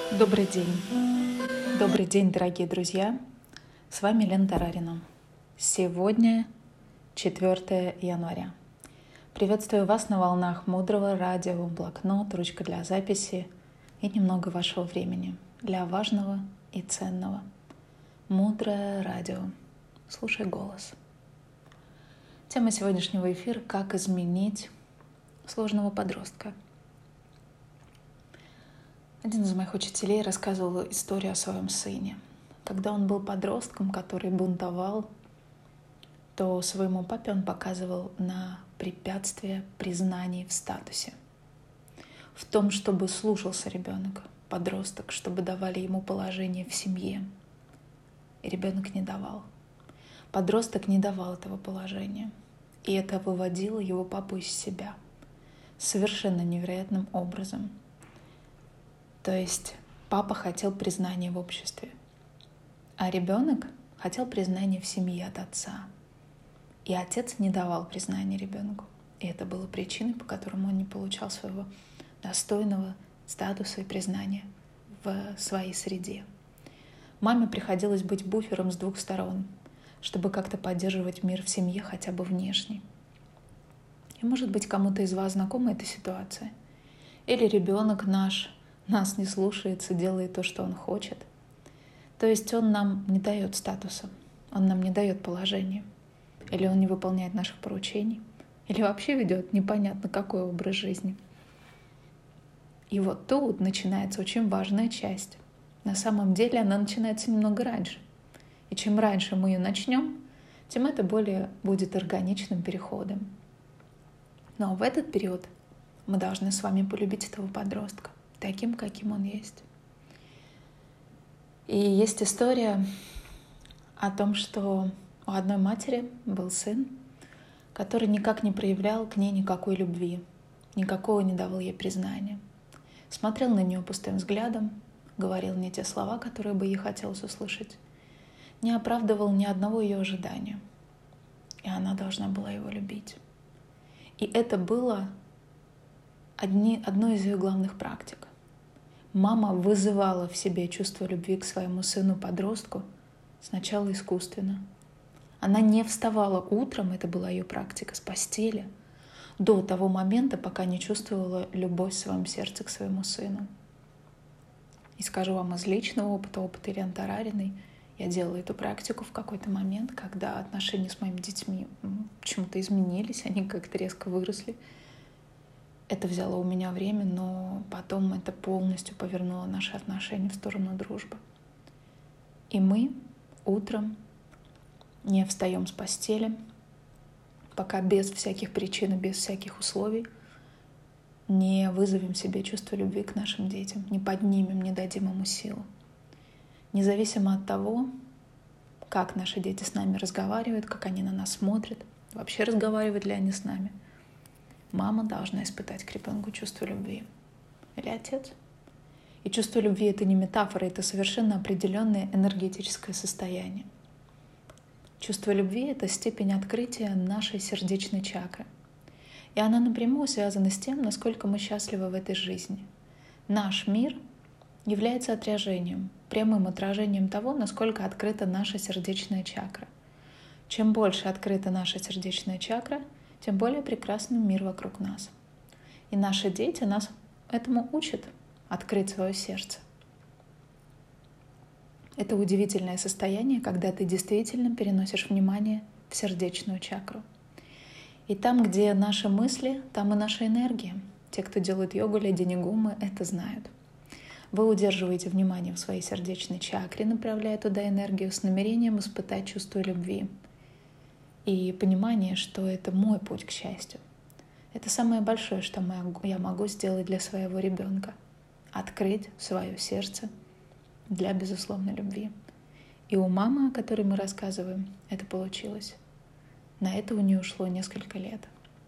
Добрый день. Добрый день, дорогие друзья. С вами Лена Тарарина. Сегодня 4 января. Приветствую вас на волнах мудрого радио, блокнот, ручка для записи и немного вашего времени для важного и ценного. Мудрое радио. Слушай голос. Тема сегодняшнего эфира — как изменить сложного подростка. Один из моих учителей рассказывал историю о своем сыне. Когда он был подростком, который бунтовал, то своему папе он показывал на препятствие признаний в статусе. В том, чтобы слушался ребенок, подросток, чтобы давали ему положение в семье. И ребенок не давал. Подросток не давал этого положения. И это выводило его папу из себя совершенно невероятным образом. То есть папа хотел признания в обществе, а ребенок хотел признания в семье от отца. И отец не давал признания ребенку. И это было причиной, по которому он не получал своего достойного статуса и признания в своей среде. Маме приходилось быть буфером с двух сторон, чтобы как-то поддерживать мир в семье хотя бы внешне. И может быть, кому-то из вас знакома эта ситуация. Или ребенок нас не слушается, делает то, что он хочет. То есть он нам не дает статуса, он нам не дает положения. Или он не выполняет наших поручений, или вообще ведет непонятно какой образ жизни. И вот тут начинается очень важная часть. На самом деле она начинается немного раньше. И чем раньше мы ее начнем, тем это более будет органичным переходом. Но в этот период мы должны с вами полюбить этого подростка таким, каким он есть. И есть история о том, что у одной матери был сын, который никак не проявлял к ней никакой любви, никакого не давал ей признания. Смотрел на нее пустым взглядом, говорил не те слова, которые бы ей хотелось услышать, не оправдывал ни одного ее ожидания. И она должна была его любить. И это было одной из ее главных практик. Мама вызывала в себе чувство любви к своему сыну-подростку сначала искусственно. Она не вставала утром, это была ее практика, с постели, до того момента, пока не чувствовала любовь в своем сердце к своему сыну. И скажу вам из личного опыта Лены Тарариной, я делала эту практику в какой-то момент, когда отношения с моими детьми почему-то изменились, они как-то резко выросли. Это взяло у меня время, но потом это полностью повернуло наши отношения в сторону дружбы. И мы утром не встаем с постели, пока без всяких причин и без всяких условий не вызовем себе чувство любви к нашим детям, не поднимем, не дадим ему силу. Независимо от того, как наши дети с нами разговаривают, как они на нас смотрят, вообще разговаривают ли они с нами, мама должна испытать к ребенку чувство любви. Или отец. И чувство любви — это не метафора, это совершенно определенное энергетическое состояние. Чувство любви — это степень открытия нашей сердечной чакры. И она напрямую связана с тем, насколько мы счастливы в этой жизни. Наш мир является отражением, прямым отражением того, насколько открыта наша сердечная чакра. Чем больше открыта наша сердечная чакра, тем более прекрасным мир вокруг нас. И наши дети нас этому учат — открыть свое сердце. Это удивительное состояние, когда ты действительно переносишь внимание в сердечную чакру. И там, где наши мысли, там и наша энергия. Те, кто делают йогу, леди Нигумы, это знают. Вы удерживаете внимание в своей сердечной чакре, направляя туда энергию с намерением испытать чувство любви. И понимание, что это мой путь к счастью. Это самое большое, что я могу сделать для своего ребенка. Открыть свое сердце для безусловной любви. И у мамы, о которой мы рассказываем, это получилось. На это у нее ушло несколько лет.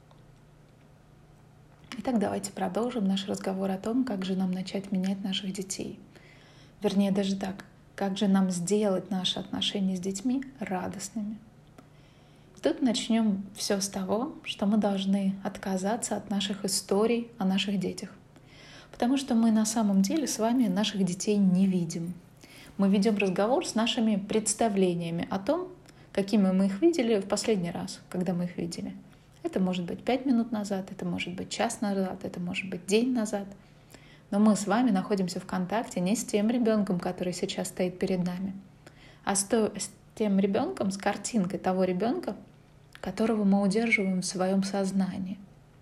Итак, давайте продолжим наш разговор о том, как же нам начать менять наших детей. Вернее, даже так, как же нам сделать наши отношения с детьми радостными. Тут начнем все с того, что мы должны отказаться от наших историй о наших детях. Потому что мы на самом деле с вами наших детей не видим. Мы ведем разговор с нашими представлениями о том, какими мы их видели в последний раз, когда мы их видели. Это может быть 5 минут назад, это может быть час назад, это может быть день назад. Но мы с вами находимся в контакте не с тем ребенком, который сейчас стоит перед нами, а с тем ребенком, с картинкой того ребенка, которого мы удерживаем в своем сознании.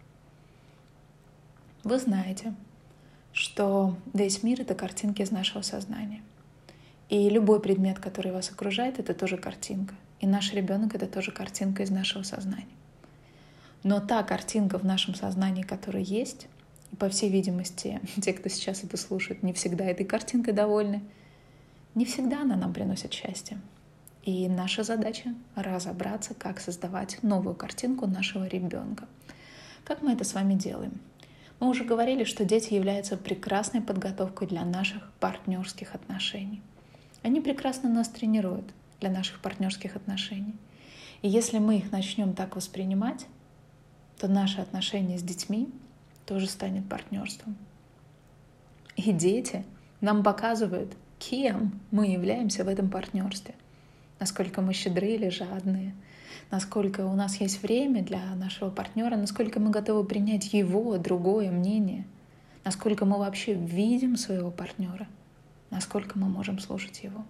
Вы знаете, что весь мир — это картинки из нашего сознания. И любой предмет, который вас окружает, это тоже картинка. И наш ребенок — это тоже картинка из нашего сознания. Но та картинка в нашем сознании, которая есть, и, по всей видимости, те, кто сейчас это слушает, не всегда этой картинкой довольны, не всегда она нам приносит счастье. И наша задача — разобраться, как создавать новую картинку нашего ребенка. Как мы это с вами делаем? Мы уже говорили, что дети являются прекрасной подготовкой для наших партнерских отношений. Они прекрасно нас тренируют для наших партнерских отношений. И если мы их начнем так воспринимать, то наше отношение с детьми тоже станет партнерством. И дети нам показывают, кем мы являемся в этом партнерстве. Насколько мы щедры или жадные, насколько у нас есть время для нашего партнера, насколько мы готовы принять его другое мнение, насколько мы вообще видим своего партнера, насколько мы можем слушать его.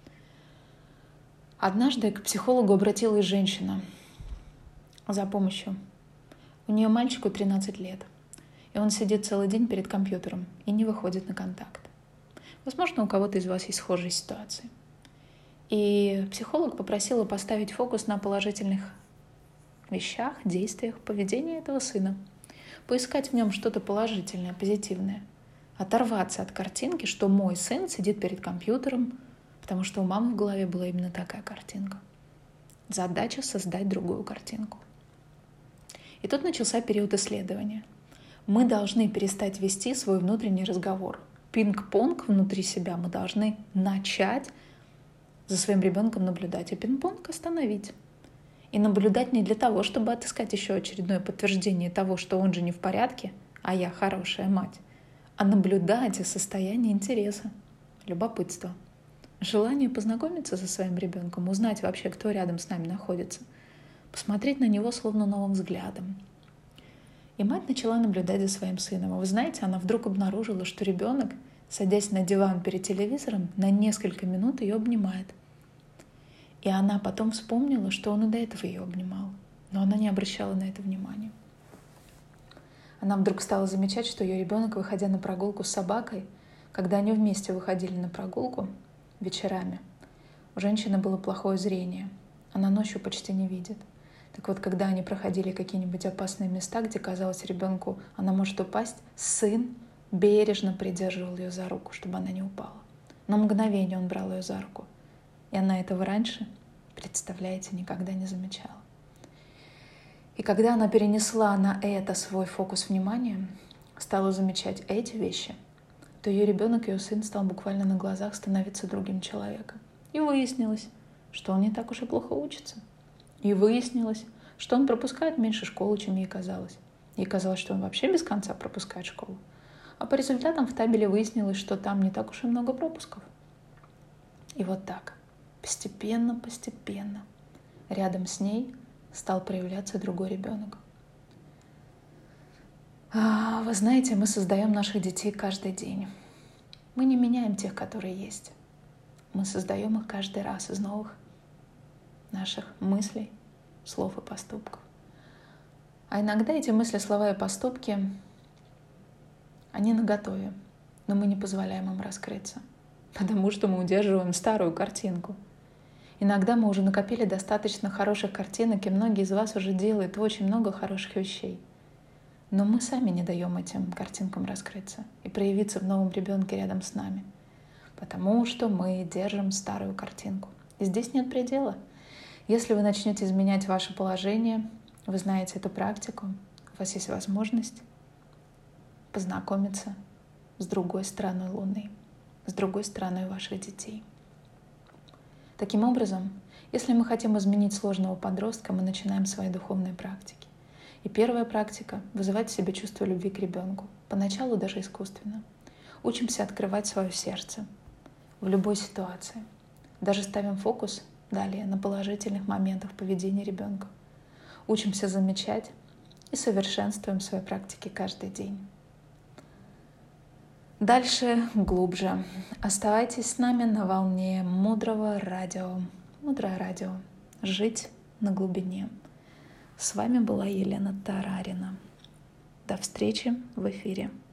Однажды к психологу обратилась женщина за помощью. У нее мальчику 13 лет, и он сидит целый день перед компьютером и не выходит на контакт. Возможно, у кого-то из вас есть схожие ситуации. И психолог попросила поставить фокус на положительных вещах, действиях, поведении этого сына. Поискать в нем что-то положительное, позитивное. Оторваться от картинки, что мой сын сидит перед компьютером, потому что у мамы в голове была именно такая картинка. Задача — создать другую картинку. И тут начался период исследования. Мы должны перестать вести свой внутренний разговор. Пинг-понг внутри себя мы должны начать за своим ребенком наблюдать, а пинг-понг остановить. И наблюдать не для того, чтобы отыскать еще очередное подтверждение того, что он же не в порядке, а я хорошая мать, а наблюдать из состояния интереса, любопытства, желание познакомиться со своим ребенком, узнать вообще, кто рядом с нами находится, посмотреть на него словно новым взглядом. И мать начала наблюдать за своим сыном. И вы знаете, она вдруг обнаружила, что ребенок, садясь на диван перед телевизором, на несколько минут ее обнимает. И она потом вспомнила, что он и до этого ее обнимал, но она не обращала на это внимания. Она вдруг стала замечать, что ее ребенок, выходя на прогулку с собакой, когда они вместе выходили на прогулку вечерами, у женщины было плохое зрение, она ночью почти не видит. Так вот, когда они проходили какие-нибудь опасные места, где, казалось, ребенку она может упасть, сын бережно придерживал ее за руку, чтобы она не упала. На мгновение он брал ее за руку. И она этого раньше, представляете, никогда не замечала. И когда она перенесла на это свой фокус внимания, стала замечать эти вещи, то ее ребенок, ее сын стал буквально на глазах становиться другим человеком. И выяснилось, что он не так уж и плохо учится. И выяснилось, что он пропускает меньше школы, чем ей казалось. Ей казалось, что он вообще без конца пропускает школу. А по результатам в табеле выяснилось, что там не так уж и много пропусков. И вот так, постепенно, рядом с ней стал проявляться другой ребенок. Вы знаете, мы создаем наших детей каждый день. Мы не меняем тех, которые есть. Мы создаем их каждый раз из новых наших мыслей, слов и поступков. А иногда эти мысли, слова и поступки, они наготове, но мы не позволяем им раскрыться, потому что мы удерживаем старую картинку. Иногда мы уже накопили достаточно хороших картинок, и многие из вас уже делают очень много хороших вещей. Но мы сами не даем этим картинкам раскрыться и проявиться в новом ребенке рядом с нами, потому что мы держим старую картинку. И здесь нет предела. Если вы начнете изменять ваше положение, вы знаете эту практику, у вас есть возможность познакомиться с другой стороной Луны, с другой стороной ваших детей. Таким образом, если мы хотим изменить сложного подростка, мы начинаем свои духовные практики. И первая практика — вызывать в себе чувство любви к ребенку, поначалу даже искусственно. Учимся открывать свое сердце в любой ситуации. Даже ставим фокус далее на положительных моментах поведения ребенка. Учимся замечать и совершенствуем свои практики каждый день. Дальше глубже. Оставайтесь с нами на волне мудрого радио. Мудрое радио. Жить на глубине. С вами была Елена Тарарина. До встречи в эфире.